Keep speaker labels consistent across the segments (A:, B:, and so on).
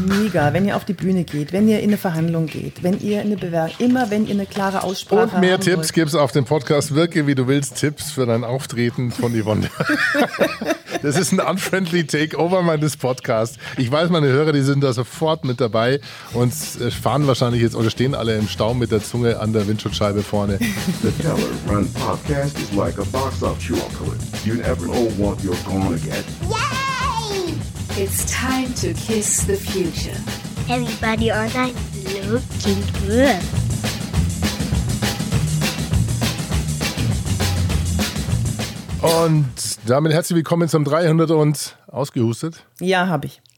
A: mega, wenn ihr auf die Bühne geht, wenn ihr in eine Verhandlung geht, wenn ihr in eine Bewerbung, immer wenn ihr eine klare Aussprache habt.
B: Und mehr Tipps gibt es auf dem Podcast Wirke, wie du willst. Tipps für dein Auftreten von Yvonne. Das ist ein unfriendly Takeover meines Podcasts. Ich weiß, meine Hörer, die sind da sofort mit dabei und fahren wahrscheinlich jetzt oder stehen alle im Stau mit der Zunge an der Windschutzscheibe vorne.
C: The Keller Run podcast is like a box of chocolate. You never know what you're gonna get.
D: Yay!
E: It's time to kiss the future.
D: Everybody on that looking good.
B: Und damit herzlich willkommen zum 300 und ausgehustet.
A: Ja, habe ich.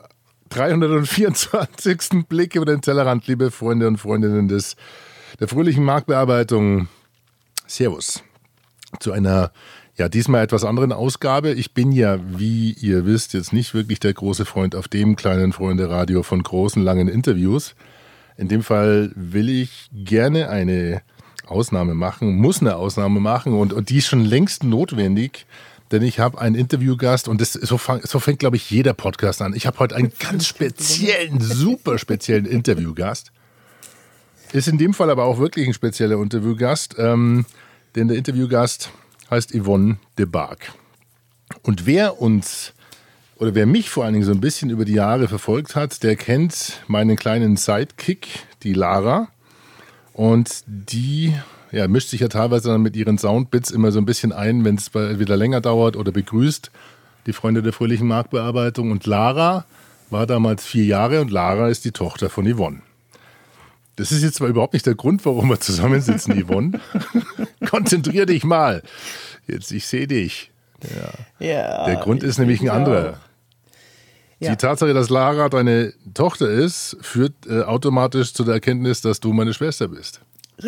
B: 324. Blick über den Tellerrand, liebe Freunde und Freundinnen der fröhlichen Marktbearbeitung. Servus. Zu einer, ja, diesmal etwas anderen Ausgabe. Ich bin ja, wie ihr wisst, jetzt nicht wirklich der große Freund auf dem kleinen Freunde-Radio von großen, langen Interviews. In dem Fall will ich gerne eine Ausnahme machen, muss eine Ausnahme machen und die ist schon längst notwendig, denn ich habe einen Interviewgast und so fängt, glaube ich, jeder Podcast an. Ich habe heute einen ganz speziellen, super speziellen Interviewgast. Ist in dem Fall aber auch wirklich ein spezieller Interviewgast, denn der Interviewgast heißt Yvonne de Barg. Und wer mich vor allen Dingen so ein bisschen über die Jahre verfolgt hat, der kennt meinen kleinen Sidekick, die Lara. Und die mischt sich ja teilweise dann mit ihren Soundbits immer so ein bisschen ein, wenn es wieder länger dauert oder begrüßt die Freunde der fröhlichen Marktbearbeitung. Und Lara war damals 4 Jahre und Lara ist die Tochter von Yvonne. Das ist jetzt zwar überhaupt nicht der Grund, warum wir zusammensitzen, Yvonne. Konzentrier dich mal. Jetzt, ich sehe dich. Ja, der Grund ist nämlich ein anderer. Ja. Die Tatsache, dass Lara deine Tochter ist, führt automatisch zu der Erkenntnis, dass du meine Schwester bist.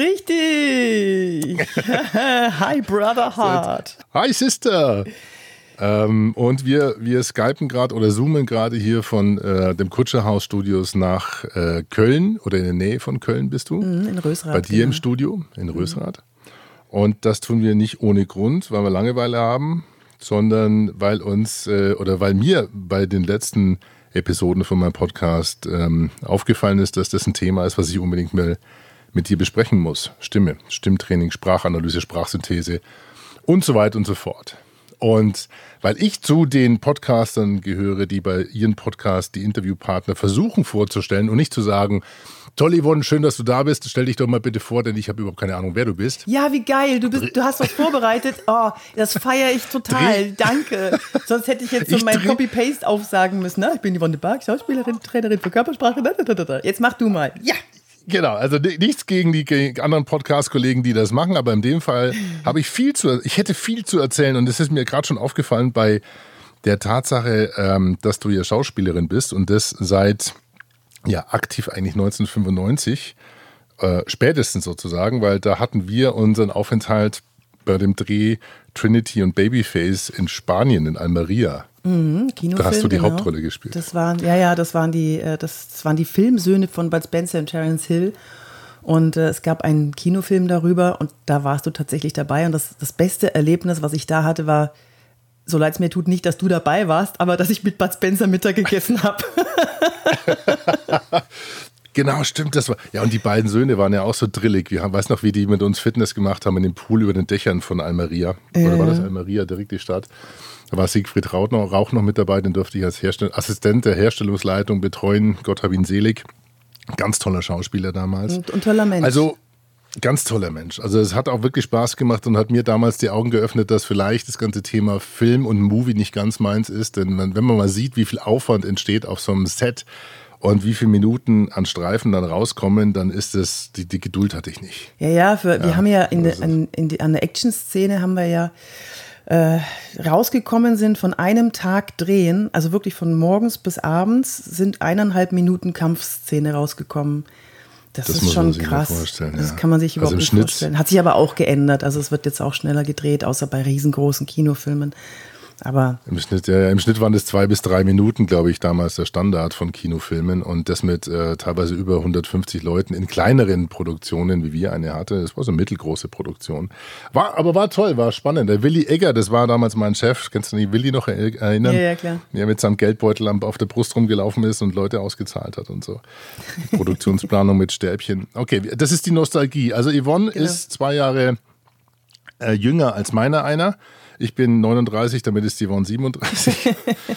A: Richtig. Hi, Brother Heart.
B: Hi, Sister. Und wir skypen gerade oder zoomen gerade hier von dem Kutscherhaus-Studios nach Köln oder in der Nähe von Köln bist du.
A: In Rösrath.
B: Bei dir im Studio in Rösrath. Und das tun wir nicht ohne Grund, weil wir Langeweile haben, sondern weil weil mir bei den letzten Episoden von meinem Podcast aufgefallen ist, dass das ein Thema ist, was ich unbedingt mal mit dir besprechen muss. Stimme, Stimmtraining, Sprachanalyse, Sprachsynthese und so weiter und so fort. Und weil ich zu den Podcastern gehöre, die bei ihren Podcast die Interviewpartner versuchen vorzustellen und nicht zu sagen, toll, Yvonne, schön, dass du da bist. Stell dich doch mal bitte vor, denn ich habe überhaupt keine Ahnung, wer du bist.
A: Ja, wie geil. Du hast was vorbereitet. Oh, das feiere ich total. Danke. Sonst hätte ich jetzt so mein Copy-Paste aufsagen müssen. Ich bin Yvonne de Barg, Schauspielerin, Trainerin für Körpersprache. Jetzt mach du mal. Ja.
B: Genau, also nichts gegen die anderen Podcast-Kollegen, die das machen, aber in dem Fall habe ich hätte viel zu erzählen und es ist mir gerade schon aufgefallen bei der Tatsache, dass du ja Schauspielerin bist und das seit aktiv eigentlich 1995, spätestens sozusagen, weil da hatten wir unseren Aufenthalt bei dem Dreh Trinity und Babyface in Spanien, in Almeria.
A: Kinofilm,
B: da hast du die Hauptrolle gespielt.
A: Das waren die Filmsöhne von Bud Spencer und Terence Hill. Und es gab einen Kinofilm darüber und da warst du tatsächlich dabei. Und das beste Erlebnis, was ich da hatte, war, so leid es mir tut, nicht, dass du dabei warst, aber dass ich mit Bud Spencer Mittag gegessen habe.
B: Genau, stimmt, das war. Ja, und die beiden Söhne waren ja auch so drillig. Weißt noch, wie die mit uns Fitness gemacht haben in dem Pool über den Dächern von Almeria. Oder war das Almeria, direkt die Stadt? Da war Siegfried Rauch noch mit dabei, den durfte ich als Assistent der Herstellungsleitung betreuen. Gott hab ihn selig. Ganz toller Schauspieler damals.
A: Und toller Mensch.
B: Also, ganz toller Mensch. Also es hat auch wirklich Spaß gemacht und hat mir damals die Augen geöffnet, dass vielleicht das ganze Thema Film und Movie nicht ganz meins ist. Denn wenn man mal sieht, wie viel Aufwand entsteht auf so einem Set und wie viele Minuten an Streifen dann rauskommen, dann ist das, die Geduld hatte ich nicht.
A: Wir haben ja an der Action-Szene haben wir ja rausgekommen sind von einem Tag drehen, also wirklich von morgens bis abends sind 1,5 Minuten Kampfszene rausgekommen. Das ist schon krass. Das kann man sich überhaupt nicht vorstellen. Hat sich aber auch geändert. Also es wird jetzt auch schneller gedreht, außer bei riesengroßen Kinofilmen. Aber
B: im Schnitt waren das 2 bis 3 Minuten, glaube ich, damals der Standard von Kinofilmen und das mit teilweise über 150 Leuten in kleineren Produktionen, wie wir eine hatte. Das war so eine mittelgroße Produktion. War toll, war spannend. Der Willi Egger, das war damals mein Chef. Kennst du den Willi noch erinnern?
A: Ja, klar.
B: Der mit seinem Geldbeutel auf der Brust rumgelaufen ist und Leute ausgezahlt hat und so. Produktionsplanung mit Stäbchen. Okay, das ist die Nostalgie. Also Yvonne ist 2 Jahre jünger als meiner einer. Ich bin 39, damit ist Yvonne 37.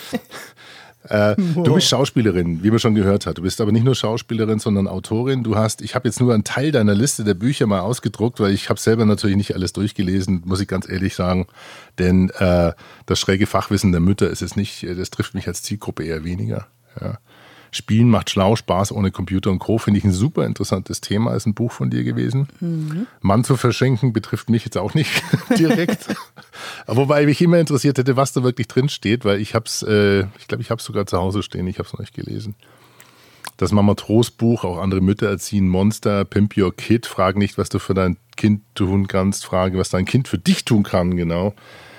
B: Du bist Schauspielerin, wie man schon gehört hat. Du bist aber nicht nur Schauspielerin, sondern Autorin. Ich habe jetzt nur einen Teil deiner Liste der Bücher mal ausgedruckt, weil ich habe selber natürlich nicht alles durchgelesen, muss ich ganz ehrlich sagen. Denn das schräge Fachwissen der Mütter ist es nicht, das trifft mich als Zielgruppe eher weniger. Ja. Spielen macht schlau, Spaß ohne Computer und Co. Finde ich ein super interessantes Thema, ist ein Buch von dir gewesen. Mhm. Mann zu verschenken betrifft mich jetzt auch nicht direkt. Wobei mich immer interessiert hätte, was da wirklich drin steht, weil ich glaube, ich habe es sogar zu Hause stehen, ich habe es noch nicht gelesen. Das Mama-Trost-Buch, auch andere Mütter erziehen Monster, Pimp Your Kid, frag nicht, was du für dein Kind tun kannst, frage, was dein Kind für dich tun kann, genau.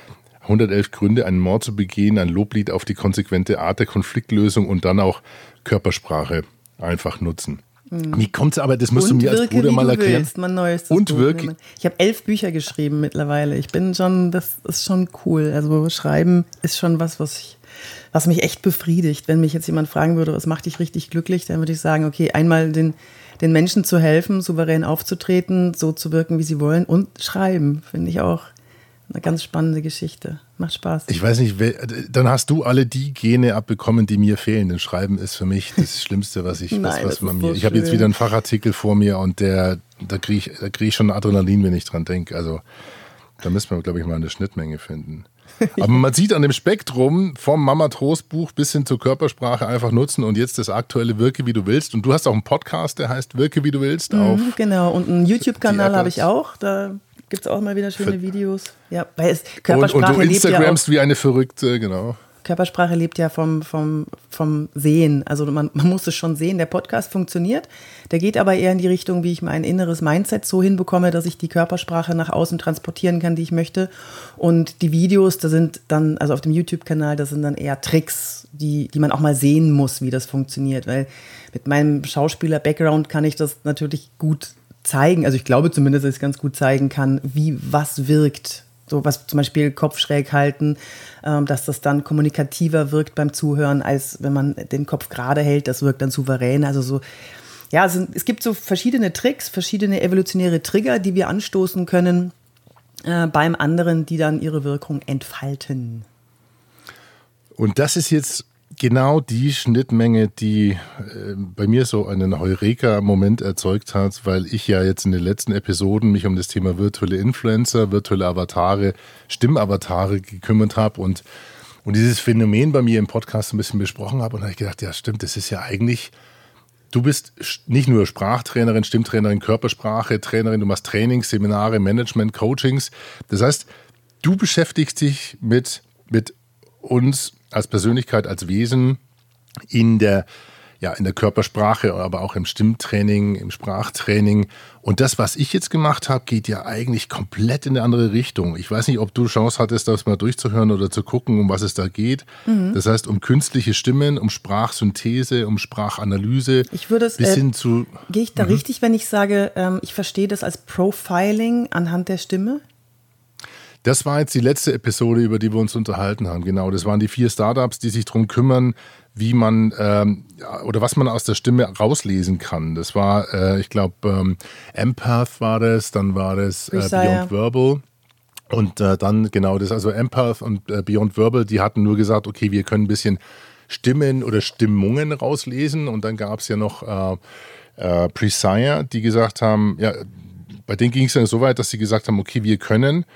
B: 111 Gründe, einen Mord zu begehen, ein Loblied auf die konsequente Art der Konfliktlösung und dann auch Körpersprache einfach nutzen. Wie kommt es aber, das musst du mir als Bruder mal erklären.
A: Willst, mein neuestes
B: und
A: Buch.
B: wirklich.
A: Ich habe 11 Bücher geschrieben mittlerweile. Das ist schon cool. Also Schreiben ist schon was mich echt befriedigt. Wenn mich jetzt jemand fragen würde, was macht dich richtig glücklich, dann würde ich sagen, okay, einmal den Menschen zu helfen, souverän aufzutreten, so zu wirken, wie sie wollen und schreiben, finde ich auch eine ganz spannende Geschichte. Macht Spaß.
B: Ich weiß nicht, dann hast du alle die Gene abbekommen, die mir fehlen. Denn Schreiben ist für mich das Schlimmste, ich habe jetzt wieder einen Fachartikel vor mir und da krieg ich schon Adrenalin, wenn ich dran denke. Also da müssen wir, glaube ich, mal eine Schnittmenge finden. Aber man sieht an dem Spektrum vom Mama-Trost-Buch bis hin zur Körpersprache einfach nutzen und jetzt das aktuelle Wirke, wie du willst. Und du hast auch einen Podcast, der heißt Wirke, wie du willst.
A: Genau, und einen YouTube-Kanal habe ich auch. Da gibt es auch mal wieder schöne Videos. Ja, weil Körpersprache
B: und du Instagramst
A: lebt ja
B: wie eine Verrückte, genau.
A: Körpersprache lebt ja vom Sehen. Also man muss es schon sehen. Der Podcast funktioniert. Der geht aber eher in die Richtung, wie ich mein inneres Mindset so hinbekomme, dass ich die Körpersprache nach außen transportieren kann, die ich möchte. Und die Videos, da sind dann, also auf dem YouTube-Kanal, das sind dann eher Tricks, die man auch mal sehen muss, wie das funktioniert. Weil mit meinem Schauspieler-Background kann ich das natürlich gut zeigen. Also ich glaube zumindest, dass ich es ganz gut zeigen kann, wie was wirkt. So was zum Beispiel Kopf schräg halten, dass das dann kommunikativer wirkt beim Zuhören, als wenn man den Kopf gerade hält. Das wirkt dann souverän. Also so, ja, es gibt so verschiedene Tricks, verschiedene evolutionäre Trigger, die wir anstoßen können beim anderen, die dann ihre Wirkung entfalten.
B: Und das ist jetzt genau die Schnittmenge, die bei mir so einen Heureka-Moment erzeugt hat, weil ich ja jetzt in den letzten Episoden mich um das Thema virtuelle Influencer, virtuelle Avatare, Stimmavatare gekümmert habe und dieses Phänomen bei mir im Podcast ein bisschen besprochen habe. Und da habe ich gedacht, ja stimmt, das ist ja eigentlich, du bist nicht nur Sprachtrainerin, Stimmtrainerin, Körpersprache-Trainerin, du machst Trainings, Seminare, Management, Coachings. Das heißt, du beschäftigst dich mit uns als Persönlichkeit, als Wesen in der Körpersprache, aber auch im Stimmtraining, im Sprachtraining. Und das, was ich jetzt gemacht habe, geht ja eigentlich komplett in eine andere Richtung. Ich weiß nicht, ob du Chance hattest, das mal durchzuhören oder zu gucken, um was es da geht. Mhm. Das heißt, um künstliche Stimmen, um Sprachsynthese, um Sprachanalyse.
A: Ich würde es,
B: bis hin zu.
A: Gehe ich da richtig, wenn ich sage, ich verstehe das als Profiling anhand der Stimme?
B: Das war jetzt die letzte Episode, über die wir uns unterhalten haben. Genau, das waren die 4 Startups, die sich darum kümmern, wie man oder was man aus der Stimme rauslesen kann. Das war, ich glaube, Empath war das, dann war das Beyond Verbal. Und dann genau das, also Empath und Beyond Verbal, die hatten nur gesagt, okay, wir können ein bisschen Stimmen oder Stimmungen rauslesen. Und dann gab es ja noch Presire, die gesagt haben, ja, bei denen ging es dann so weit, dass sie gesagt haben, okay, wir können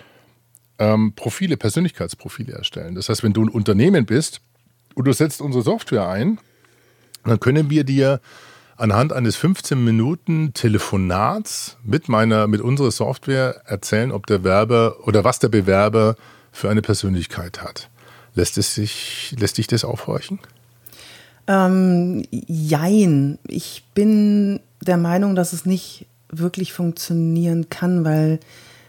B: Persönlichkeitsprofile erstellen. Das heißt, wenn du ein Unternehmen bist und du setzt unsere Software ein, dann können wir dir anhand eines 15 Minuten Telefonats mit unserer Software erzählen, ob der Werber oder was der Bewerber für eine Persönlichkeit hat. Lässt dich das aufhorchen?
A: Jein. Ich bin der Meinung, dass es nicht wirklich funktionieren kann, weil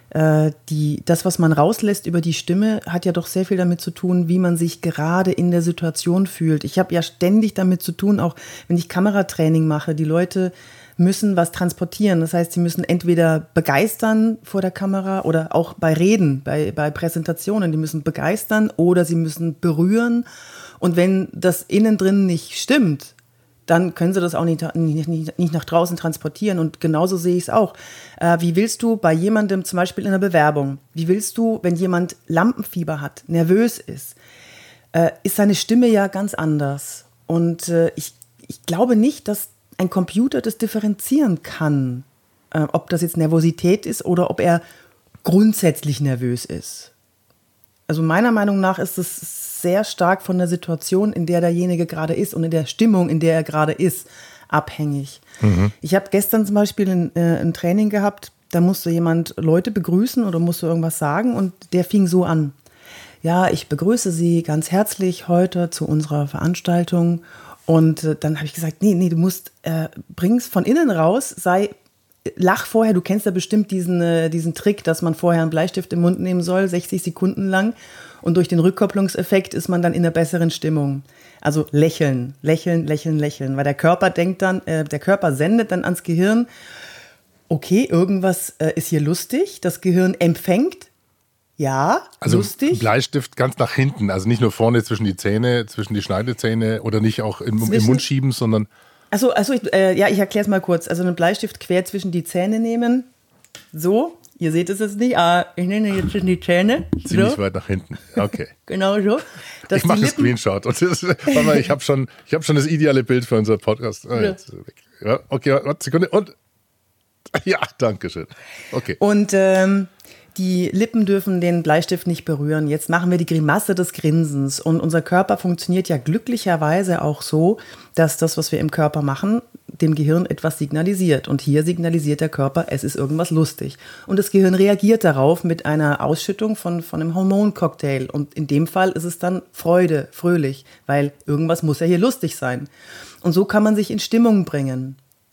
A: Das, was man rauslässt über die Stimme, hat ja doch sehr viel damit zu tun, wie man sich gerade in der Situation fühlt. Ich habe ja ständig damit zu tun, auch wenn ich Kameratraining mache, die Leute müssen was transportieren. Das heißt, sie müssen entweder begeistern vor der Kamera oder auch bei Reden, bei Präsentationen, die müssen begeistern oder sie müssen berühren. Und wenn das innen drin nicht stimmt, dann können sie das auch nicht nach draußen transportieren. Und genauso sehe ich es auch. Wie willst du bei jemandem, zum Beispiel in einer Bewerbung, wie willst du, wenn jemand Lampenfieber hat, nervös ist seine Stimme ja ganz anders. Und ich glaube nicht, dass ein Computer das differenzieren kann, ob das jetzt Nervosität ist oder ob er grundsätzlich nervös ist. Also meiner Meinung nach ist es sehr stark von der Situation, in der derjenige gerade ist und in der Stimmung, in der er gerade ist, abhängig. Mhm. Ich habe gestern zum Beispiel ein Training gehabt, da musste jemand Leute begrüßen oder musste irgendwas sagen und der fing so an. Ja, ich begrüße Sie ganz herzlich heute zu unserer Veranstaltung. Und dann habe ich gesagt, nee, du musst, bring's von innen raus, lach vorher, du kennst ja bestimmt diesen Trick, dass man vorher einen Bleistift im Mund nehmen soll, 60 Sekunden lang. Und durch den Rückkopplungseffekt ist man dann in einer besseren Stimmung. Also lächeln, weil der Körper denkt dann, der Körper sendet dann ans Gehirn, okay, irgendwas ist hier lustig, das Gehirn empfängt, ja, also lustig.
B: Bleistift ganz nach hinten, also nicht nur vorne zwischen die Zähne, zwischen die Schneidezähne oder nicht auch im Mund schieben, sondern...
A: Also ich erkläre es mal kurz. Also einen Bleistift quer zwischen die Zähne nehmen, so, ihr seht es jetzt nicht, ich nehme jetzt zwischen die Zähne.
B: Ziemlich
A: so.
B: Weit nach hinten, okay.
A: Genau so.
B: Ich mache einen Screenshot. Und ich habe schon das ideale Bild für unseren Podcast. Ja, okay, warte, Sekunde und... Ja, danke schön. Okay.
A: Und die Lippen dürfen den Bleistift nicht berühren. Jetzt machen wir die Grimasse des Grinsens. Und unser Körper funktioniert ja glücklicherweise auch so, dass das, was wir im Körper machen, dem Gehirn etwas signalisiert. Und hier signalisiert der Körper, es ist irgendwas lustig. Und das Gehirn reagiert darauf mit einer Ausschüttung von einem Hormoncocktail. Und in dem Fall ist es dann Freude, fröhlich, weil irgendwas muss ja hier lustig sein. Und so kann man sich in Stimmung bringen.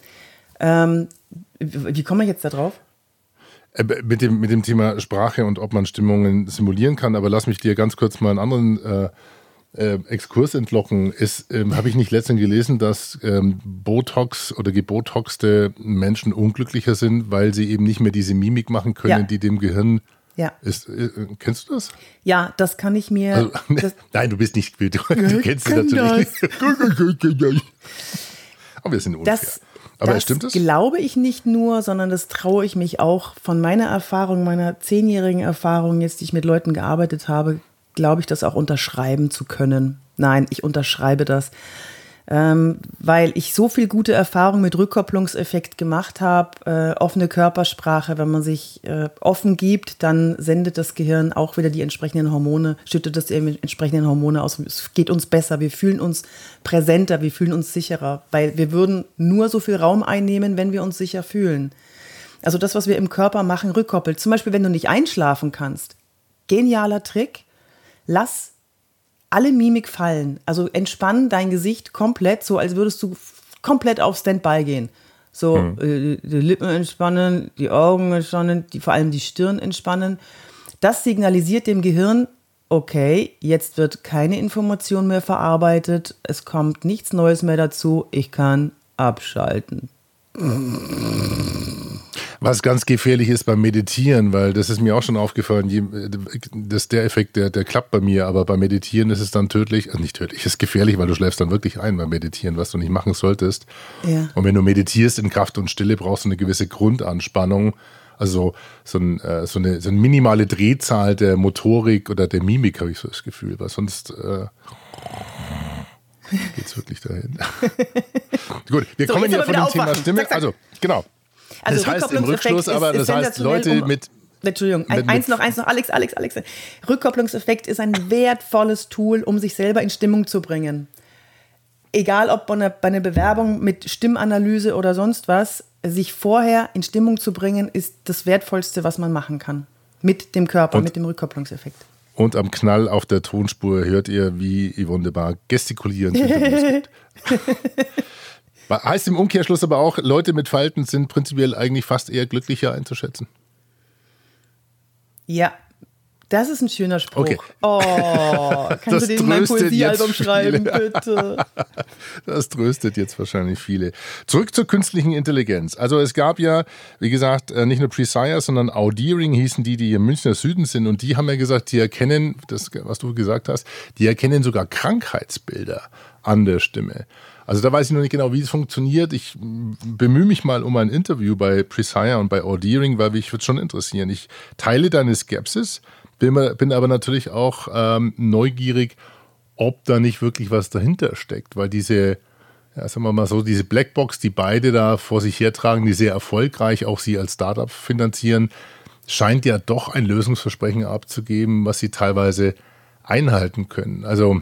A: Wie kommen wir jetzt da drauf?
B: Mit dem Thema Sprache und ob man Stimmungen simulieren kann, aber lass mich dir ganz kurz mal einen anderen Exkurs entlocken. Habe ich nicht letztens gelesen, dass Botox oder gebotoxte Menschen unglücklicher sind, weil sie eben nicht mehr diese Mimik machen können, die dem Gehirn ist. Kennst du das?
A: Ja, das kann ich mir...
B: Also, nein, du bist nicht... Du kennst sie natürlich nicht. Aber wir sind unfair. Aber stimmt das?
A: Das glaube ich nicht nur, sondern das traue ich mich auch von meiner Erfahrung, meiner 10-jährigen Erfahrung jetzt, die ich mit Leuten gearbeitet habe, glaube ich, das auch unterschreiben zu können. Nein, ich unterschreibe das, weil ich so viel gute Erfahrung mit Rückkopplungseffekt gemacht habe, offene Körpersprache, wenn man sich offen gibt, dann sendet das Gehirn auch wieder die entsprechenden Hormone, schüttet das die entsprechenden Hormone aus. Es geht uns besser, wir fühlen uns präsenter, wir fühlen uns sicherer, weil wir würden nur so viel Raum einnehmen, wenn wir uns sicher fühlen. Also das, was wir im Körper machen, rückkoppelt. Zum Beispiel, wenn du nicht einschlafen kannst, genialer Trick, lass alle Mimik fallen. Also entspann dein Gesicht komplett, so als würdest du komplett auf Standby gehen. So die Lippen entspannen, die Augen entspannen, vor allem die Stirn entspannen. Das signalisiert dem Gehirn, okay, jetzt wird keine Information mehr verarbeitet, es kommt nichts Neues mehr dazu, ich kann abschalten.
B: Was ganz gefährlich ist beim Meditieren, weil das ist mir auch schon aufgefallen, dass der Effekt, der klappt bei mir, aber beim Meditieren ist es dann tödlich, also nicht tödlich, ist gefährlich, weil du schläfst dann wirklich ein beim Meditieren, was du nicht machen solltest. Ja. Und wenn du meditierst in Kraft und Stille, brauchst du eine gewisse Grundanspannung, also so eine minimale Drehzahl der Motorik oder der Mimik, habe ich so das Gefühl, weil sonst geht's wirklich dahin. Gut, wir kommen ja von dem Thema Stimme, zack, zack. Also genau.
A: Also
B: das heißt im Rückschluss aber, das heißt Leute mit...
A: Entschuldigung, eins noch, Alex. Rückkopplungseffekt ist ein wertvolles Tool, um sich selber in Stimmung zu bringen. Egal ob bei einer Bewerbung mit Stimmanalyse oder sonst was, sich vorher in Stimmung zu bringen, ist das Wertvollste, was man machen kann. Mit dem Körper, mit dem Rückkopplungseffekt.
B: Und am Knall auf der Tonspur hört ihr, wie Yvonne de Bar gestikulierend gibt. Heißt im Umkehrschluss aber auch, Leute mit Falten sind prinzipiell eigentlich fast eher glücklicher einzuschätzen?
A: Ja, das ist ein schöner Spruch.
B: Okay.
A: Oh, kannst
B: Das
A: du den in mein
B: tröstet
A: Poesiealbum
B: jetzt
A: schreiben,
B: viele.
A: bitte?
B: Das tröstet jetzt wahrscheinlich viele. Zurück zur künstlichen Intelligenz. Also es gab ja, wie gesagt, nicht nur Presire, sondern Audiering hießen die im Münchner Süden sind. Und die haben ja gesagt, die erkennen, das, was du gesagt hast, die erkennen sogar Krankheitsbilder an der Stimme. Also da weiß ich noch nicht genau, wie es funktioniert. Ich bemühe mich mal um ein Interview bei Presire und bei Audiering, weil mich würde schon interessieren. Ich teile deine Skepsis, bin aber natürlich auch neugierig, ob da nicht wirklich was dahinter steckt, weil diese, ja, sagen wir mal so, diese Blackbox, die beide da vor sich hertragen, die sehr erfolgreich auch sie als Startup finanzieren, scheint ja doch ein Lösungsversprechen abzugeben, was sie teilweise einhalten können. Also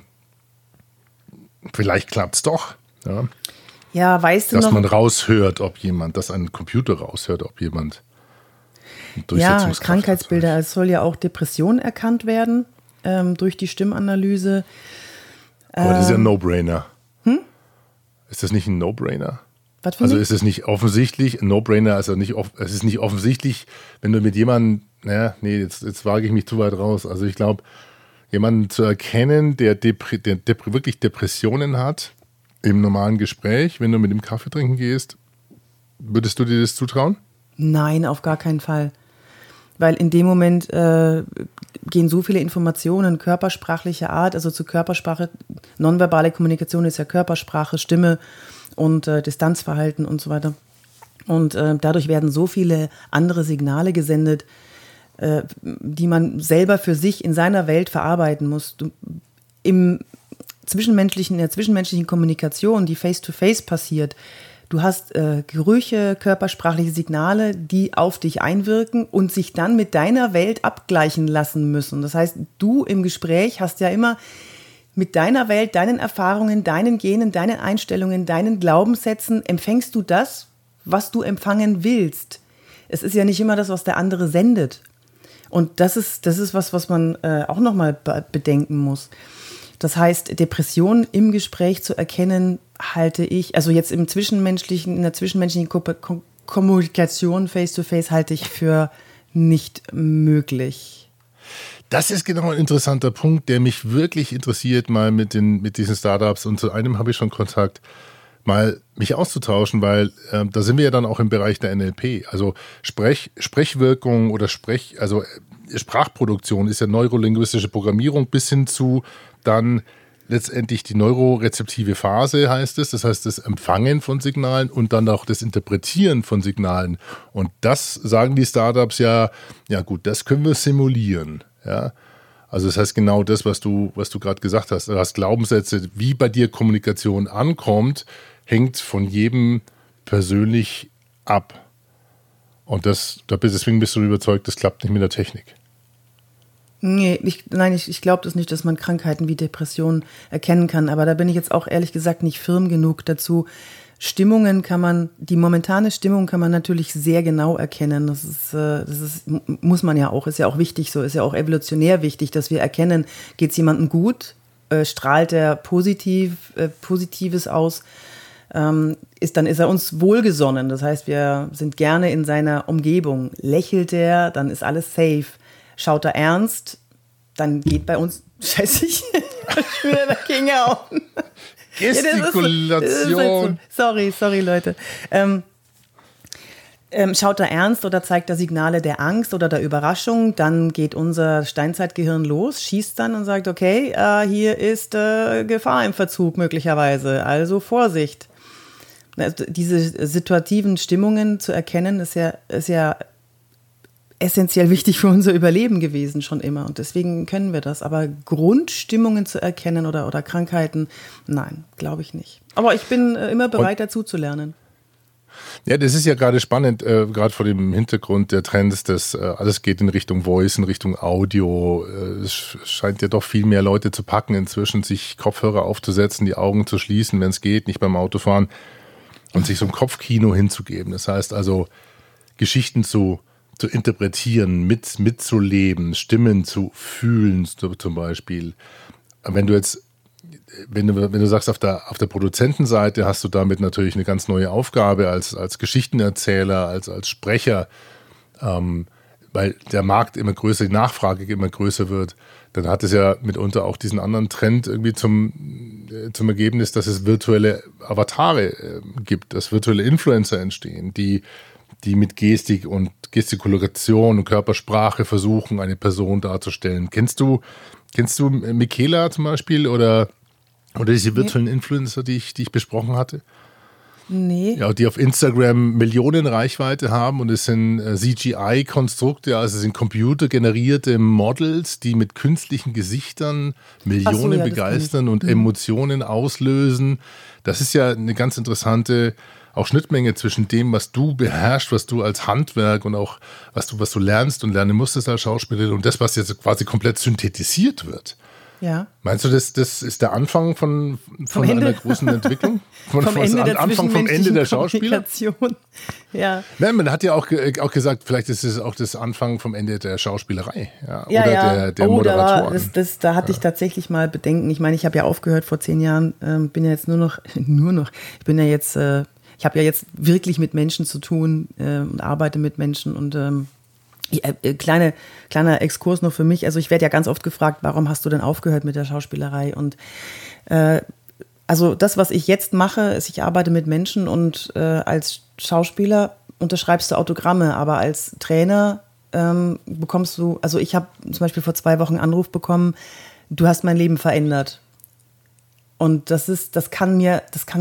B: vielleicht klappt es doch. Ja,
A: Ja, weißt du
B: dass
A: noch?
B: man raushört, dass ein Computer raushört, ob jemand
A: Ja,
B: Durchsetzungskraft
A: Krankheitsbilder.
B: hat.
A: Es soll ja auch Depression erkannt werden durch die Stimmanalyse.
B: Aber das ist ja ein No-Brainer. Ist das nicht ein No-Brainer?
A: Was
B: Also
A: finde
B: ist es nicht offensichtlich, ein No-Brainer, also es ist nicht offensichtlich, wenn du mit jemandem, jetzt wage ich mich zu weit raus. Also ich glaube, jemanden zu erkennen, der wirklich Depressionen hat, im normalen Gespräch, wenn du mit ihm Kaffee trinken gehst, würdest du dir das zutrauen?
A: Nein, auf gar keinen Fall. Weil in dem Moment gehen so viele Informationen körpersprachlicher Art, also zu Körpersprache, nonverbale Kommunikation ist ja Körpersprache, Stimme und Distanzverhalten und so weiter. Und dadurch werden so viele andere Signale gesendet, die man selber für sich in seiner Welt verarbeiten muss. In der zwischenmenschlichen Kommunikation, die face-to-face passiert, du hast Gerüche, körpersprachliche Signale, die auf dich einwirken und sich dann mit deiner Welt abgleichen lassen müssen. Das heißt, du im Gespräch hast ja immer mit deiner Welt, deinen Erfahrungen, deinen Genen, deinen Einstellungen, deinen Glaubenssätzen, empfängst du das, was du empfangen willst. Es ist ja nicht immer das, was der andere sendet. Und das ist was man auch nochmal bedenken muss. Das heißt, Depressionen im Gespräch zu erkennen, halte ich, also jetzt in der zwischenmenschlichen Kommunikation face-to-face halte ich für nicht möglich.
B: Das ist genau ein interessanter Punkt, der mich wirklich interessiert, mal mit diesen Startups, und zu einem habe ich schon Kontakt, mal mich auszutauschen, weil da sind wir ja dann auch im Bereich der NLP. Also Sprechwirkung oder Sprachproduktion ist ja neurolinguistische Programmierung bis hin zu dann letztendlich die neurorezeptive Phase heißt es. Das heißt das Empfangen von Signalen und dann auch das Interpretieren von Signalen. Und das sagen die Startups ja gut, das können wir simulieren. Ja. Also das heißt genau das, was du gerade gesagt hast. Du hast Glaubenssätze, wie bei dir Kommunikation ankommt, hängt von jedem persönlich ab. Und deswegen bist du überzeugt, das klappt nicht mit der Technik.
A: Nee, ich glaube das nicht, dass man Krankheiten wie Depressionen erkennen kann. Aber da bin ich jetzt auch ehrlich gesagt nicht firm genug dazu. Die momentane Stimmung kann man natürlich sehr genau erkennen. Muss man ja auch, ist ja auch wichtig so, ist ja auch evolutionär wichtig, dass wir erkennen, geht es jemandem gut, strahlt er Positives aus, dann ist er uns wohlgesonnen. Das heißt, wir sind gerne in seiner Umgebung. Lächelt er, dann ist alles safe. Schaut er ernst, dann geht bei uns, scheiße, ich schwöre, da ging er auch.
B: Gestikulation.
A: Sorry, Leute. Schaut er ernst oder zeigt er Signale der Angst oder der Überraschung, dann geht unser Steinzeitgehirn los, schießt dann und sagt, okay, hier ist Gefahr im Verzug möglicherweise, also Vorsicht. Also diese situativen Stimmungen zu erkennen, ist ja essentiell wichtig für unser Überleben gewesen schon immer und deswegen können wir das. Aber Grundstimmungen zu erkennen oder Krankheiten, nein, glaube ich nicht. Aber ich bin immer bereit, dazu zu lernen.
B: Ja, das ist ja gerade spannend, gerade vor dem Hintergrund der Trends, dass alles geht in Richtung Voice, in Richtung Audio. Es scheint ja doch viel mehr Leute zu packen inzwischen, sich Kopfhörer aufzusetzen, die Augen zu schließen, wenn es geht, nicht beim Autofahren und sich so ein Kopfkino hinzugeben. Das heißt also, Geschichten zu interpretieren, mitzuleben, Stimmen zu fühlen zum Beispiel. Wenn du sagst, auf der Produzentenseite hast du damit natürlich eine ganz neue Aufgabe als Geschichtenerzähler, als Sprecher. weil der Markt immer größer, die Nachfrage immer größer wird, dann hat es ja mitunter auch diesen anderen Trend irgendwie zum Ergebnis, dass es virtuelle Avatare gibt, dass virtuelle Influencer entstehen, die mit Gestik und Gestikulation und Körpersprache versuchen, eine Person darzustellen. Kennst du Michaela zum Beispiel oder diese virtuellen Influencer, die ich besprochen hatte?
A: Nee.
B: Ja, die auf Instagram Millionen Reichweite haben und es sind CGI-Konstrukte, also es sind computergenerierte Models, die mit künstlichen Gesichtern Millionen begeistern und Emotionen auslösen. Das ist ja eine ganz interessante auch Schnittmenge zwischen dem, was du beherrschst, was du als Handwerk und auch was du lernst und lernen musstest als Schauspielerin und das, was jetzt quasi komplett synthetisiert wird.
A: Ja.
B: Meinst du, das ist der Anfang von einer großen Entwicklung?
A: Vom
B: Ende der Schauspieler?
A: Ja.
B: Nein, man hat ja auch gesagt, vielleicht ist es auch das Anfang vom Ende der Schauspielerei. Ja,
A: ja,
B: oder der Moderatoren.
A: Da hatte ich tatsächlich mal Bedenken. Ich meine, ich habe ja aufgehört vor 10 Jahren, bin ja jetzt ich habe ja jetzt wirklich mit Menschen zu tun und arbeite mit Menschen und kleiner Exkurs noch für mich. Also ich werde ja ganz oft gefragt, warum hast du denn aufgehört mit der Schauspielerei? Und also das, was ich jetzt mache, ist, ich arbeite mit Menschen und als Schauspieler unterschreibst du Autogramme, aber als Trainer bekommst du, also ich habe zum Beispiel vor 2 Wochen einen Anruf bekommen, du hast mein Leben verändert. Und das kann mir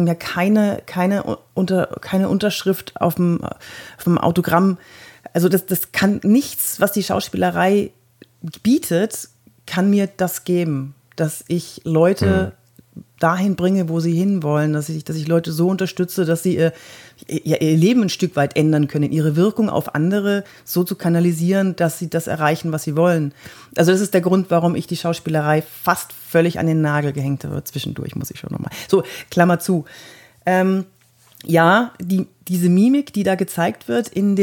A: keine Unterschrift auf dem Autogramm. Also das kann nichts, was die Schauspielerei bietet, kann mir das geben, dass ich Leute dahin bringe, wo sie hinwollen, dass ich Leute so unterstütze, dass sie ihr Leben ein Stück weit ändern können, ihre Wirkung auf andere so zu kanalisieren, dass sie das erreichen, was sie wollen. Also das ist der Grund, warum ich die Schauspielerei fast völlig an den Nagel gehängt habe. Zwischendurch muss ich schon nochmal. So, Klammer zu. Ja, diese Mimik, die da gezeigt wird in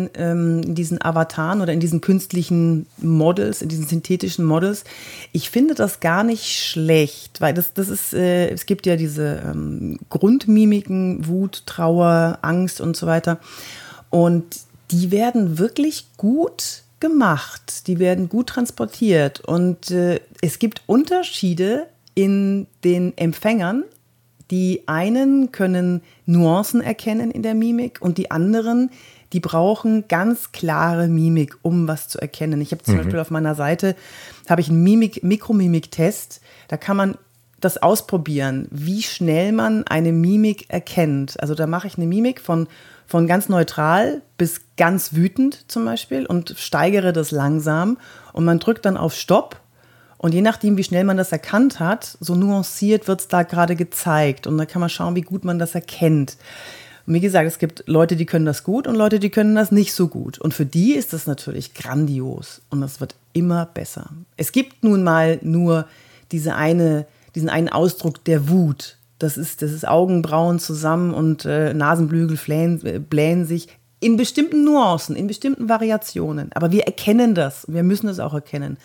A: diesen Avataren oder in diesen künstlichen Models, in diesen synthetischen Models, ich finde das gar nicht schlecht, weil das ist, es gibt ja diese Grundmimiken, Wut, Trauer, Angst und so weiter und die werden wirklich gut gemacht, die werden gut transportiert und es gibt Unterschiede in den Empfängern. Die einen können Nuancen erkennen in der Mimik und die anderen, die brauchen ganz klare Mimik, um was zu erkennen. Ich habe zum Beispiel auf meiner Seite einen Mikromimik-Test. Da kann man das ausprobieren, wie schnell man eine Mimik erkennt. Also da mache ich eine Mimik von ganz neutral bis ganz wütend zum Beispiel und steigere das langsam. Und man drückt dann auf Stopp. Und je nachdem, wie schnell man das erkannt hat, so nuanciert wird es da gerade gezeigt. Und da kann man schauen, wie gut man das erkennt. Und wie gesagt, es gibt Leute, die können das gut und Leute, die können das nicht so gut. Und für die ist das natürlich grandios. Und das wird immer besser. Es gibt nun mal nur diesen einen Ausdruck der Wut. Das ist Augenbrauen zusammen und Nasenflügel blähen sich in bestimmten Nuancen, in bestimmten Variationen. Aber wir erkennen das. Wir müssen es auch erkennen.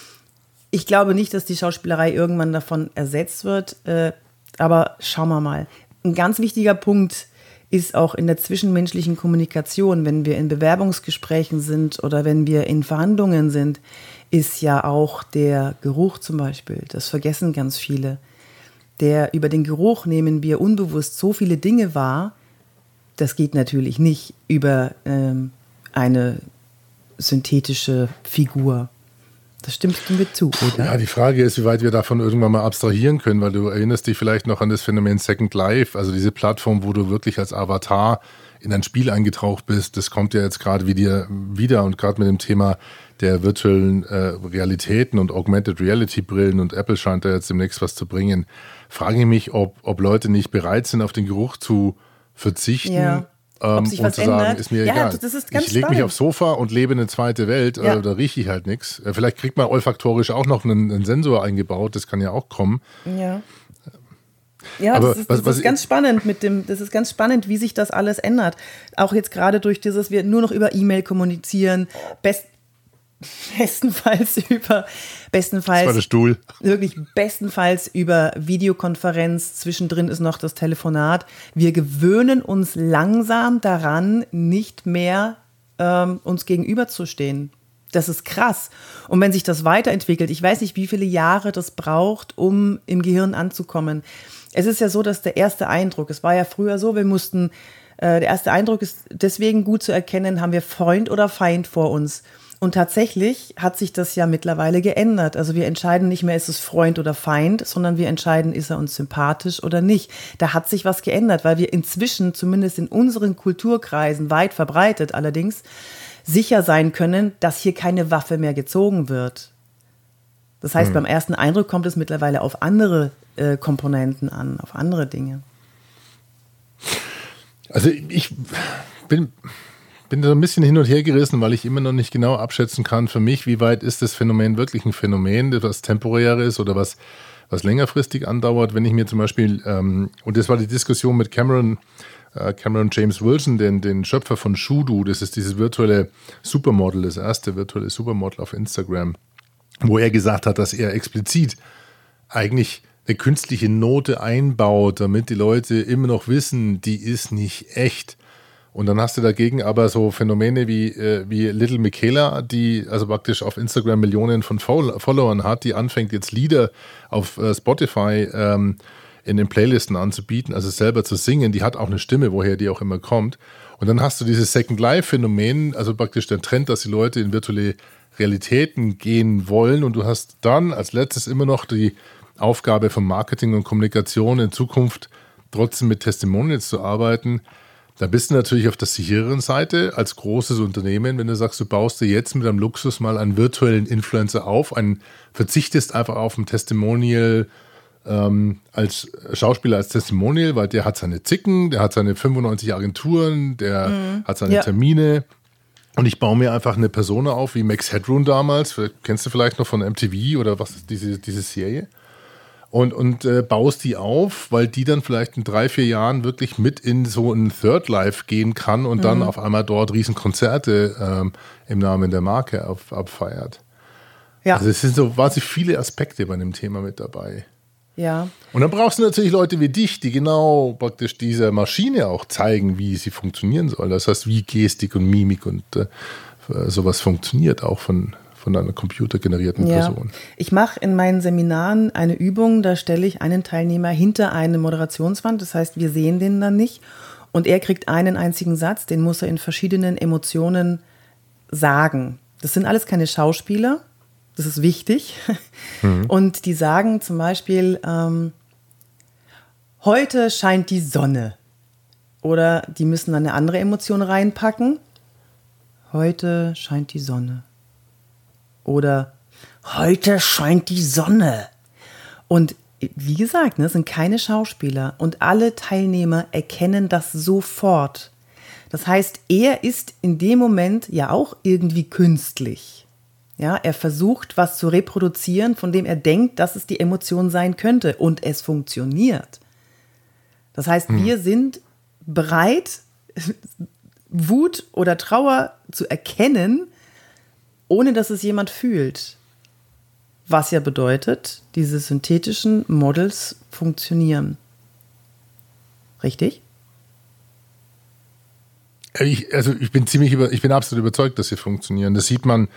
A: Ich glaube nicht, dass die Schauspielerei irgendwann davon ersetzt wird, aber schauen wir mal. Ein ganz wichtiger Punkt ist auch in der zwischenmenschlichen Kommunikation, wenn wir in Bewerbungsgesprächen sind oder wenn wir in Verhandlungen sind, ist ja auch der Geruch zum Beispiel. Das vergessen ganz viele. Über den Geruch nehmen wir unbewusst so viele Dinge wahr. Das geht natürlich nicht über eine synthetische Figur. Das stimmst du mir zu, oder?
B: Ja, die Frage ist, wie weit wir davon irgendwann mal abstrahieren können, weil du erinnerst dich vielleicht noch an das Phänomen Second Life, also diese Plattform, wo du wirklich als Avatar in ein Spiel eingetaucht bist. Das kommt ja jetzt gerade wieder und gerade mit dem Thema der virtuellen Realitäten und Augmented Reality Brillen und Apple scheint da jetzt demnächst was zu bringen. Frage ich mich, ob Leute nicht bereit sind, auf den Geruch zu verzichten. Ja.
A: Ob sich
B: und
A: was
B: zu sagen,
A: ändert.
B: ist mir egal.
A: Das ist ganz
B: ich lege mich aufs Sofa und lebe eine zweite Welt, da rieche ich halt nichts. Vielleicht kriegt man olfaktorisch auch noch einen Sensor eingebaut, das kann ja auch kommen.
A: Ja, aber das ist ganz spannend das ist ganz spannend, wie sich das alles ändert. Auch jetzt gerade durch dieses, wir nur noch über E-Mail kommunizieren, bestenfalls
B: das war der Stuhl.
A: Wirklich bestenfalls über Videokonferenz, zwischendrin ist noch das Telefonat. Wir gewöhnen uns langsam daran, nicht mehr uns gegenüberzustehen. Das ist krass. Und wenn sich das weiterentwickelt, ich weiß nicht, wie viele Jahre das braucht, um im Gehirn anzukommen. Es ist ja so, dass der erste Eindruck, es war ja früher so, der erste Eindruck ist deswegen gut zu erkennen, haben wir Freund oder Feind vor uns. Und tatsächlich hat sich das ja mittlerweile geändert. Also wir entscheiden nicht mehr, ist es Freund oder Feind, sondern wir entscheiden, ist er uns sympathisch oder nicht. Da hat sich was geändert, weil wir inzwischen, zumindest in unseren Kulturkreisen, weit verbreitet allerdings, sicher sein können, dass hier keine Waffe mehr gezogen wird. Das heißt, beim ersten Eindruck kommt es mittlerweile auf andere Komponenten an, auf andere Dinge.
B: Also ich bin so ein bisschen hin und her gerissen, weil ich immer noch nicht genau abschätzen kann für mich, wie weit ist das Phänomen wirklich ein Phänomen, was temporär ist oder was längerfristig andauert. Wenn ich mir zum Beispiel, und das war die Diskussion mit Cameron James Wilson, den Schöpfer von Shudu, das ist dieses virtuelle Supermodel, das erste virtuelle Supermodel auf Instagram, wo er gesagt hat, dass er explizit eigentlich eine künstliche Note einbaut, damit die Leute immer noch wissen, die ist nicht echt. Und dann hast du dagegen aber so Phänomene wie Little Michaela, die also praktisch auf Instagram Millionen von Followern hat, die anfängt jetzt Lieder auf Spotify in den Playlisten anzubieten, also selber zu singen. Die hat auch eine Stimme, woher die auch immer kommt. Und dann hast du dieses Second Life-Phänomen, also praktisch der Trend, dass die Leute in virtuelle Realitäten gehen wollen. Und du hast dann als letztes immer noch die Aufgabe von Marketing und Kommunikation in Zukunft trotzdem mit Testimonials zu arbeiten. Da bist du natürlich auf der sichereren Seite als großes Unternehmen, wenn du sagst, du baust dir jetzt mit einem Luxus mal einen virtuellen Influencer auf, verzichtest einfach auf ein Testimonial als Schauspieler, als Testimonial, weil der hat seine Zicken, der hat seine 95 Agenturen, der hat seine Termine. Und ich baue mir einfach eine Persona auf, wie Max Headroom damals, kennst du vielleicht noch von MTV oder was ist diese Serie? Und baust die auf, weil die dann vielleicht in 3-4 Jahren wirklich mit in so ein Third Life gehen kann und dann auf einmal dort Riesenkonzerte im Namen der Marke abfeiert. Ja. Also es sind so wahnsinnig viele Aspekte bei dem Thema mit dabei.
A: Ja.
B: Und dann brauchst du natürlich Leute wie dich, die genau praktisch dieser Maschine auch zeigen, wie sie funktionieren soll. Das heißt, wie Gestik und Mimik und sowas funktioniert auch von einer computergenerierten Person.
A: Ich mache in meinen Seminaren eine Übung, da stelle ich einen Teilnehmer hinter eine Moderationswand, das heißt, wir sehen den dann nicht und er kriegt einen einzigen Satz, den muss er in verschiedenen Emotionen sagen. Das sind alles keine Schauspieler, das ist wichtig. Und die sagen zum Beispiel, heute scheint die Sonne. Oder die müssen dann eine andere Emotion reinpacken. Heute scheint die Sonne. Oder heute scheint die Sonne. Und wie gesagt, es sind keine Schauspieler und alle Teilnehmer erkennen das sofort. Das heißt, er ist in dem Moment ja auch irgendwie künstlich. Ja, er versucht, was zu reproduzieren, von dem er denkt, dass es die Emotion sein könnte. Und es funktioniert. Das heißt, wir sind bereit, Wut oder Trauer zu erkennen, ohne dass es jemand fühlt. Was ja bedeutet, diese synthetischen Models funktionieren. Richtig?
B: Ich bin absolut überzeugt, dass sie funktionieren. Das sieht man.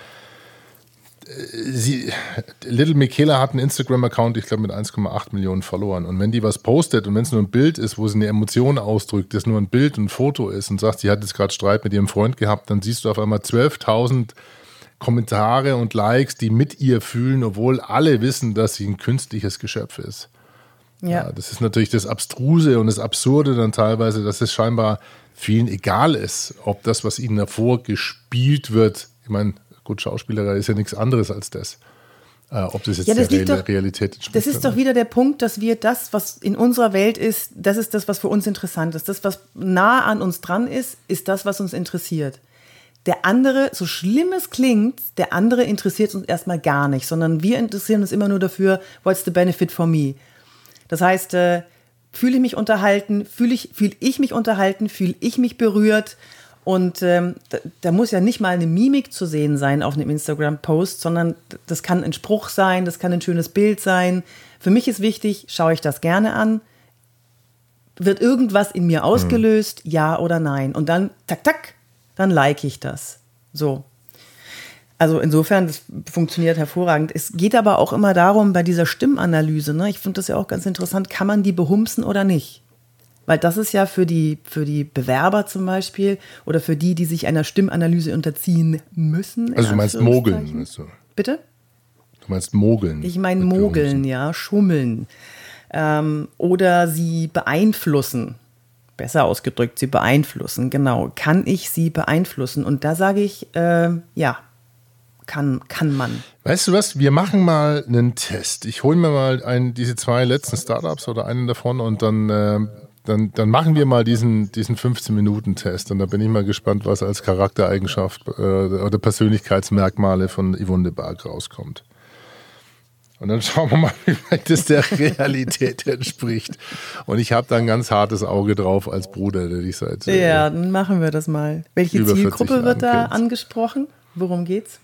B: Little Michaela hat einen Instagram-Account, ich glaube mit 1,8 Millionen Followern. Und wenn die was postet und wenn es nur ein Bild ist, wo sie eine Emotion ausdrückt, das nur ein Bild, ein Foto ist und sagt, sie hat jetzt gerade Streit mit ihrem Freund gehabt, dann siehst du auf einmal 12.000 Kommentare und Likes, die mit ihr fühlen, obwohl alle wissen, dass sie ein künstliches Geschöpf ist. Ja, das ist natürlich das Abstruse und das Absurde dann teilweise, dass es scheinbar vielen egal ist, ob das, was ihnen davor gespielt wird, ich meine, gut, Schauspielerei ist ja nichts anderes als das. Ob das jetzt der Realität entspricht.
A: Das ist doch wieder der Punkt, dass wir das, was in unserer Welt ist, das ist das, was für uns interessant ist. Das, was nah an uns dran ist, ist das, was uns interessiert. Der andere, so schlimm es klingt, der andere interessiert uns erstmal gar nicht, sondern wir interessieren uns immer nur dafür, what's the benefit for me? Das heißt, fühle ich mich unterhalten, fühle ich mich unterhalten, fühle ich mich berührt. Und da muss ja nicht mal eine Mimik zu sehen sein auf einem Instagram-Post, sondern das kann ein Spruch sein, das kann ein schönes Bild sein. Für mich ist wichtig, schaue ich das gerne an? Wird irgendwas in mir ausgelöst, ja oder nein? Und dann, tak, tak, dann like ich das. So. Also insofern, das funktioniert hervorragend. Es geht aber auch immer darum, bei dieser Stimmanalyse, ne, ich finde das ja auch ganz interessant, kann man die behumpsen oder nicht? Weil das ist ja für die Bewerber zum Beispiel oder für die sich einer Stimmanalyse unterziehen müssen.
B: Also du meinst mogeln, weißt du?
A: Bitte?
B: Du meinst mogeln.
A: Ich meine mogeln, ja, schummeln. Oder sie beeinflussen. Besser ausgedrückt, sie beeinflussen, genau. Kann ich sie beeinflussen? Und da sage ich, ja, kann man.
B: Weißt du was, wir machen mal einen Test. Ich hole mir mal diese 2 letzten Startups oder einen davon und dann machen wir mal diesen 15-Minuten-Test. Und da bin ich mal gespannt, was als Charaktereigenschaft oder Persönlichkeitsmerkmale von Yvonne de Barg rauskommt. Und dann schauen wir mal, wie weit das der Realität entspricht. Und ich habe da ein ganz hartes Auge drauf als Bruder, der dich seit
A: ja, dann machen wir das mal. Welche Zielgruppe wird da angesprochen? Worum geht's?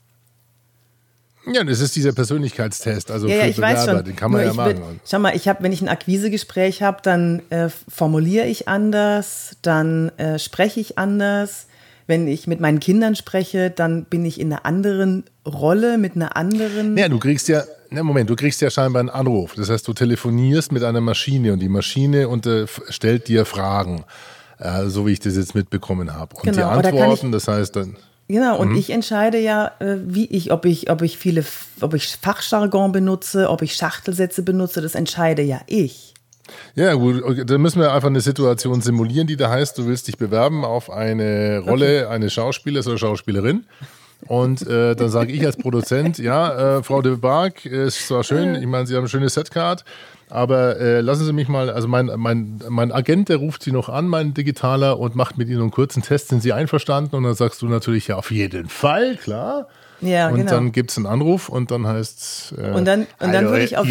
B: Ja, das ist dieser Persönlichkeitstest, also
A: ja,
B: für
A: ich
B: Bewerber,
A: weiß schon.
B: den kann man ja machen.
A: Schau mal, wenn ich ein Akquisegespräch habe, dann formuliere ich anders, dann spreche ich anders. Wenn ich mit meinen Kindern spreche, dann bin ich in einer anderen Rolle, mit einer anderen...
B: Ja, du kriegst ja scheinbar einen Anruf. Das heißt, du telefonierst mit einer Maschine und die Maschine stellt dir Fragen, so wie ich das jetzt mitbekommen habe. Und die Antworten, das heißt dann...
A: Genau, und ich entscheide ja, ob ich Fachjargon benutze, ob ich Schachtelsätze benutze, das entscheide ja ich.
B: Ja, gut, okay, dann müssen wir einfach eine Situation simulieren, die da heißt, du willst dich bewerben auf eine Rolle eines Schauspielers oder Schauspielerin. Und dann sage ich als Produzent, ja, Frau de Barg, ist zwar schön, ich meine, Sie haben ein schönes Setcard, aber lassen Sie mich mal, also mein Agent, der ruft Sie noch an, mein Digitaler, und macht mit Ihnen einen kurzen Test, sind Sie einverstanden? Und dann sagst du natürlich, ja, auf jeden Fall, klar.
A: Ja,
B: und
A: genau.
B: Dann gibt es einen Anruf und dann heißt es
A: und dann würde ich auf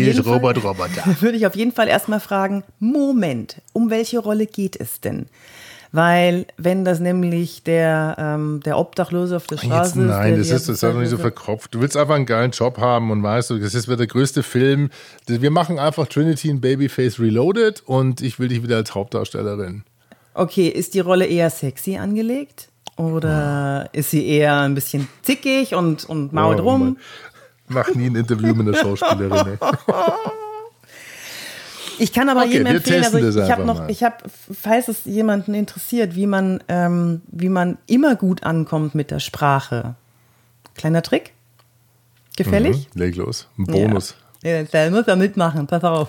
A: jeden Fall erstmal fragen, Moment, um welche Rolle geht es denn? Weil wenn das nämlich der Obdachlose auf der Straße ist.
B: Nein, das ist doch nicht so verkopft. Du willst einfach einen geilen Job haben und weißt du, das wird der größte Film. Wir machen einfach Trinity in Babyface Reloaded und ich will dich wieder als Hauptdarstellerin.
A: Okay, ist die Rolle eher sexy angelegt? Oder ist sie eher ein bisschen zickig und mault rum?
B: Mach nie ein Interview mit einer Schauspielerin.
A: Ich kann aber jedem empfehlen, falls es jemanden interessiert, wie man immer gut ankommt mit der Sprache. Kleiner Trick? Gefällig?
B: Leg los, ein Bonus.
A: Ja, der muss da mitmachen, pass auf.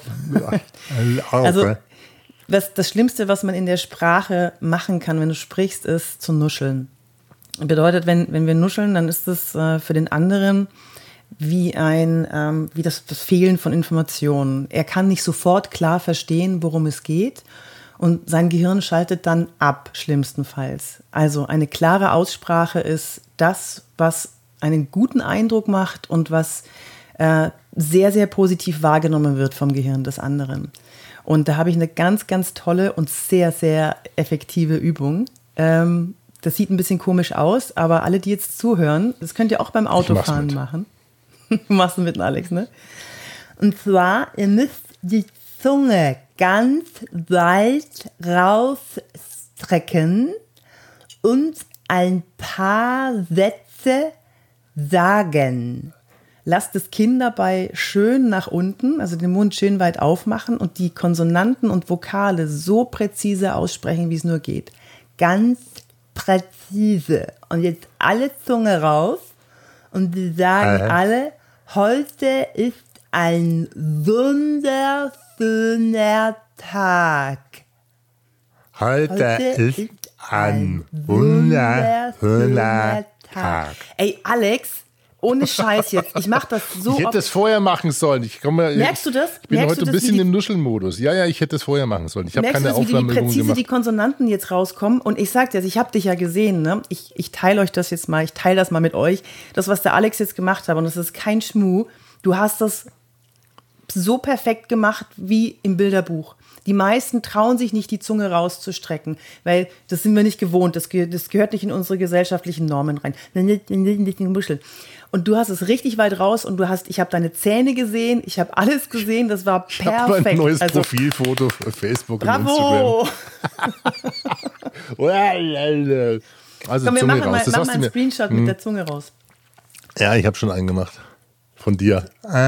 A: Also, das Schlimmste, was man in der Sprache machen kann, wenn du sprichst, ist zu nuscheln. Bedeutet, wenn wir nuscheln, dann ist es für den anderen wie das Fehlen von Informationen. Er kann nicht sofort klar verstehen, worum es geht, und sein Gehirn schaltet dann ab, schlimmstenfalls. Also eine klare Aussprache ist das, was einen guten Eindruck macht und was sehr, sehr positiv wahrgenommen wird vom Gehirn des anderen. Und da habe ich eine ganz, ganz tolle und sehr, sehr effektive Übung. Das sieht ein bisschen komisch aus, aber alle, die jetzt zuhören, das könnt ihr auch beim Autofahren machen. Du machst mit, Alex, ne? Und zwar, ihr müsst die Zunge ganz weit rausstrecken und ein paar Sätze sagen. Lasst das Kinn dabei schön nach unten, also den Mund schön weit aufmachen und die Konsonanten und Vokale so präzise aussprechen, wie es nur geht. Ganz präzise. Und jetzt alle Zunge raus und sie sagen alle, heute ist ein wunderschöner Tag.
B: Heute ist ein wunderschöner Tag.
A: Ey, Alex, ohne Scheiß jetzt. Ich mache das so.
B: Ich hätte das vorher machen sollen.
A: Merkst du das?
B: Ich bin heute ein bisschen im Nuschelmodus. Ja, ich hätte das vorher machen sollen. Ich habe keine Aufwärmübung gemacht. Wie präzise
A: die Konsonanten jetzt rauskommen? Und ich sag dir, ich habe dich ja gesehen. Ne? Ich teile euch das jetzt mal. Ich teile das mal mit euch. Das, was der Alex jetzt gemacht hat, und das ist kein Schmuh. Du hast das so perfekt gemacht wie im Bilderbuch. Die meisten trauen sich nicht, die Zunge rauszustrecken, weil das sind wir nicht gewohnt. Das gehört nicht in unsere gesellschaftlichen Normen rein. Und du hast es richtig weit raus und ich habe deine Zähne gesehen, ich habe alles gesehen, das war perfekt. Ich habe
B: ein neues Profilfoto für Facebook
A: bravo.
B: und Instagram. Also
A: Komm, wir
B: Zunge
A: machen
B: raus.
A: mal einen Screenshot mit der Zunge raus.
B: Ja, ich habe schon einen gemacht. Von dir.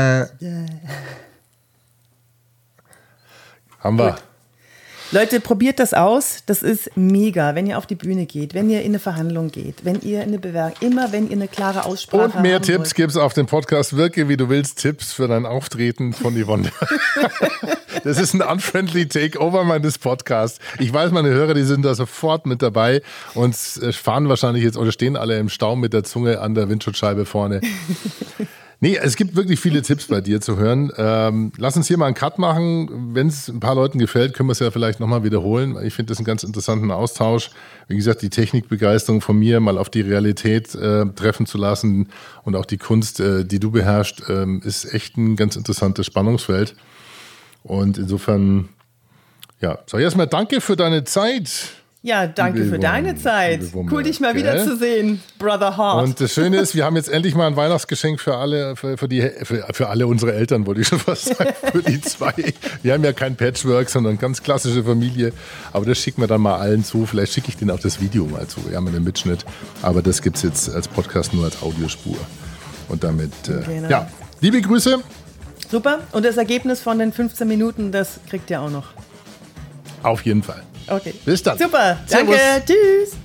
B: Haben wir.
A: Gut. Leute, probiert das aus. Das ist mega, wenn ihr auf die Bühne geht, wenn ihr in eine Verhandlung geht, wenn ihr in eine Bewerbung, immer wenn ihr eine klare Aussprache habt.
B: Und mehr Tipps gibt es auf dem Podcast Wirke, wie du willst. Tipps für dein Auftreten von Yvonne. Das ist ein unfriendly Takeover meines Podcasts. Ich weiß, meine Hörer, die sind da sofort mit dabei und fahren wahrscheinlich jetzt oder stehen alle im Stau mit der Zunge an der Windschutzscheibe vorne. Nee, es gibt wirklich viele Tipps bei dir zu hören. Lass uns hier mal einen Cut machen. Wenn es ein paar Leuten gefällt, können wir es ja vielleicht nochmal wiederholen. Ich finde das einen ganz interessanten Austausch. Wie gesagt, die Technikbegeisterung von mir mal auf die Realität treffen zu lassen und auch die Kunst, die du beherrschst, ist echt ein ganz interessantes Spannungsfeld. Und insofern, ja, sag ich erstmal danke für deine Zeit.
A: Ja, danke für deine Zeit. Cool, dich mal wieder zu sehen, Brother Hart.
B: Und das Schöne ist, wir haben jetzt endlich mal ein Weihnachtsgeschenk für alle, für alle unsere Eltern, wollte ich schon fast sagen, für die zwei. Wir haben ja kein Patchwork, sondern ganz klassische Familie. Aber das schicken wir dann mal allen zu. Vielleicht schicke ich denen auch das Video mal zu. Wir haben einen Mitschnitt. Aber das gibt es jetzt als Podcast nur als Audiospur. Und damit,
A: Genau.
B: ja, liebe Grüße.
A: Super. Und das Ergebnis von den 15 Minuten, das kriegt ihr auch noch.
B: Auf jeden Fall.
A: Okay.
B: Bis dann.
A: Super.
B: Servus.
A: Danke. Tschüss.